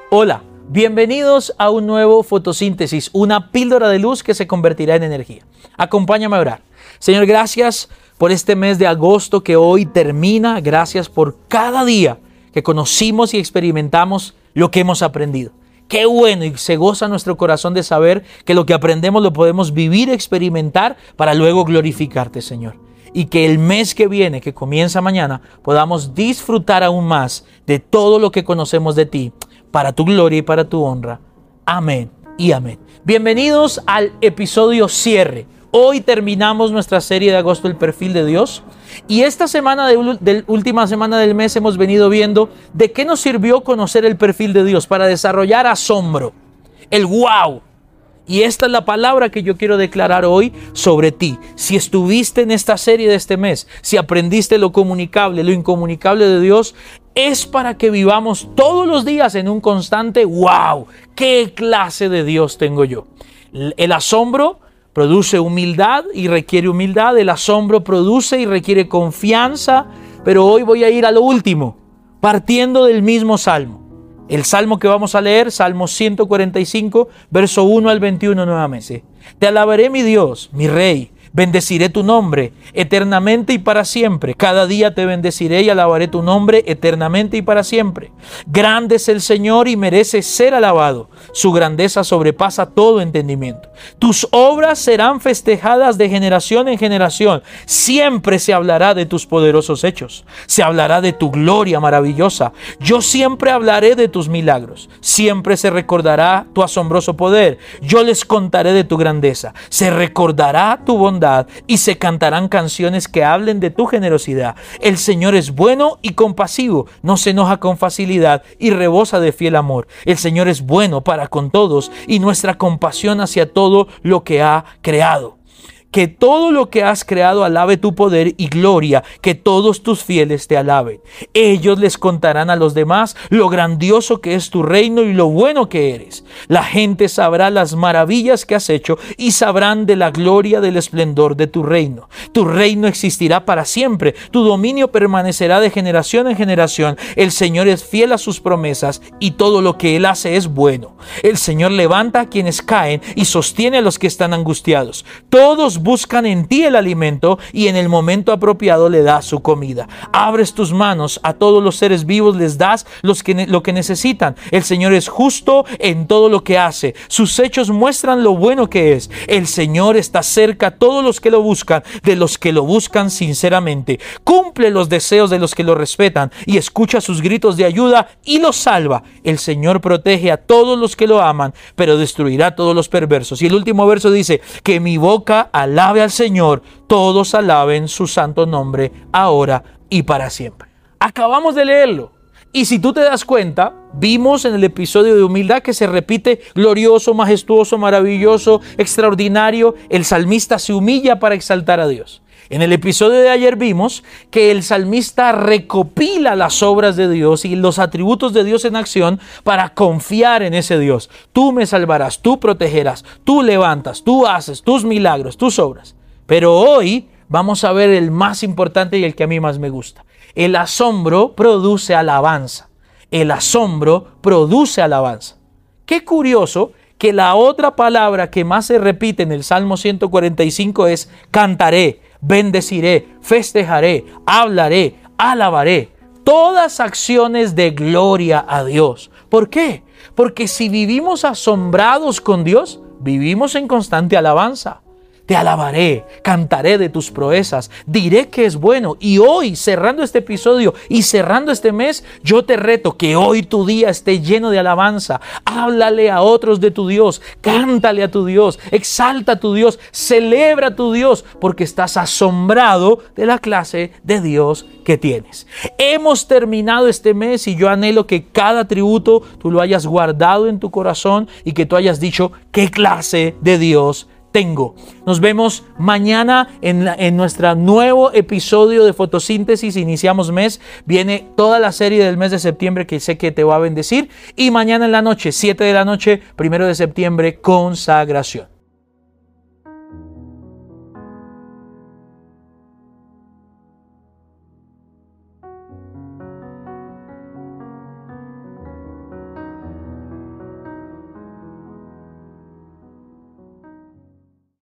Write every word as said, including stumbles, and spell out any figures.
Hola, bienvenidos a un nuevo fotosíntesis, una píldora de luz que se convertirá en energía. Acompáñame a orar. Señor, gracias por este mes de agosto que hoy termina. Gracias por cada día que conocimos y experimentamos lo que hemos aprendido. Qué bueno, y se goza nuestro corazón de saber que lo que aprendemos lo podemos vivir, experimentar para luego glorificarte, Señor. Y que el mes que viene, que comienza mañana, podamos disfrutar aún más de todo lo que conocemos de ti, para tu gloria y para tu honra. Amén y amén. Bienvenidos al episodio cierre. Hoy terminamos nuestra serie de agosto, el perfil de Dios. Y esta semana, de, de última semana del mes, hemos venido viendo de qué nos sirvió conocer el perfil de Dios para desarrollar asombro, el wow. Y esta es la palabra que yo quiero declarar hoy sobre ti. Si estuviste en esta serie de este mes, si aprendiste lo comunicable, lo incomunicable de Dios, es para que vivamos todos los días en un constante wow. ¿Qué clase de Dios tengo yo? El asombro produce humildad y requiere humildad. El asombro produce y requiere confianza. Pero hoy voy a ir a lo último, partiendo del mismo salmo. El salmo que vamos a leer, Salmo ciento cuarenta y cinco, verso uno al veintiuno nuevamente. Te alabaré, mi Dios, mi Rey. Bendeciré tu nombre eternamente y para siempre. Cada día te bendeciré y alabaré tu nombre eternamente y para siempre. Grande es el Señor y merece ser alabado. Su grandeza sobrepasa todo entendimiento. Tus obras serán festejadas de generación en generación. Siempre se hablará de tus poderosos hechos. Se hablará de tu gloria maravillosa. Yo siempre hablaré de tus milagros. Siempre se recordará tu asombroso poder. Yo les contaré de tu grandeza. Se recordará tu bondad y se cantarán canciones que hablen de tu generosidad. El Señor es bueno y compasivo, no se enoja con facilidad y rebosa de fiel amor. El Señor es bueno para con todos y nuestra compasión hacia todo lo que ha creado. Que todo lo que has creado alabe tu poder y gloria, que todos tus fieles te alaben. Ellos les contarán a los demás lo grandioso que es tu reino y lo bueno que eres. La gente sabrá las maravillas que has hecho y sabrán de la gloria del esplendor de tu reino. Tu reino existirá para siempre, tu dominio permanecerá de generación en generación. El Señor es fiel a sus promesas y todo lo que Él hace es bueno. El Señor levanta a quienes caen y sostiene a los que están angustiados. Todos buscan en ti el alimento y en el momento apropiado le das su comida. Abres tus manos a todos los seres vivos, les das los que, lo que necesitan. El Señor es justo en todo lo que hace. Sus hechos muestran lo bueno que es. El Señor está cerca a todos los que lo buscan, de los que lo buscan sinceramente. Cumple los deseos de los que lo respetan y escucha sus gritos de ayuda y los salva. El Señor protege a todos los que lo aman, pero destruirá a todos los perversos. Y el último verso dice que mi boca alabe al Señor, todos alaben su santo nombre, ahora y para siempre. Acabamos de leerlo. Y si tú te das cuenta, vimos en el episodio de humildad que se repite glorioso, majestuoso, maravilloso, extraordinario. El salmista se humilla para exaltar a Dios. En el episodio de ayer vimos que el salmista recopila las obras de Dios y los atributos de Dios en acción para confiar en ese Dios. Tú me salvarás, tú protegerás, tú levantas, tú haces tus milagros, tus obras. Pero hoy vamos a ver el más importante y el que a mí más me gusta. El asombro produce alabanza. El asombro produce alabanza. Qué curioso que la otra palabra que más se repite en el Salmo ciento cuarenta y cinco es cantaré, bendeciré, festejaré, hablaré, alabaré. Todas acciones de gloria a Dios. ¿Por qué? Porque si vivimos asombrados con Dios, vivimos en constante alabanza. Te alabaré, cantaré de tus proezas, diré que es bueno. Y hoy, cerrando este episodio y cerrando este mes, yo te reto que hoy tu día esté lleno de alabanza. Háblale a otros de tu Dios, cántale a tu Dios, exalta a tu Dios, celebra a tu Dios, porque estás asombrado de la clase de Dios que tienes. Hemos terminado este mes y yo anhelo que cada atributo tú lo hayas guardado en tu corazón y que tú hayas dicho qué clase de Dios tengo. Nos vemos mañana en, la, en nuestro nuevo episodio de Fotosíntesis. Iniciamos mes. Viene toda la serie del mes de septiembre que sé que te va a bendecir. Y mañana en la noche, siete de la noche, primero de septiembre, consagración.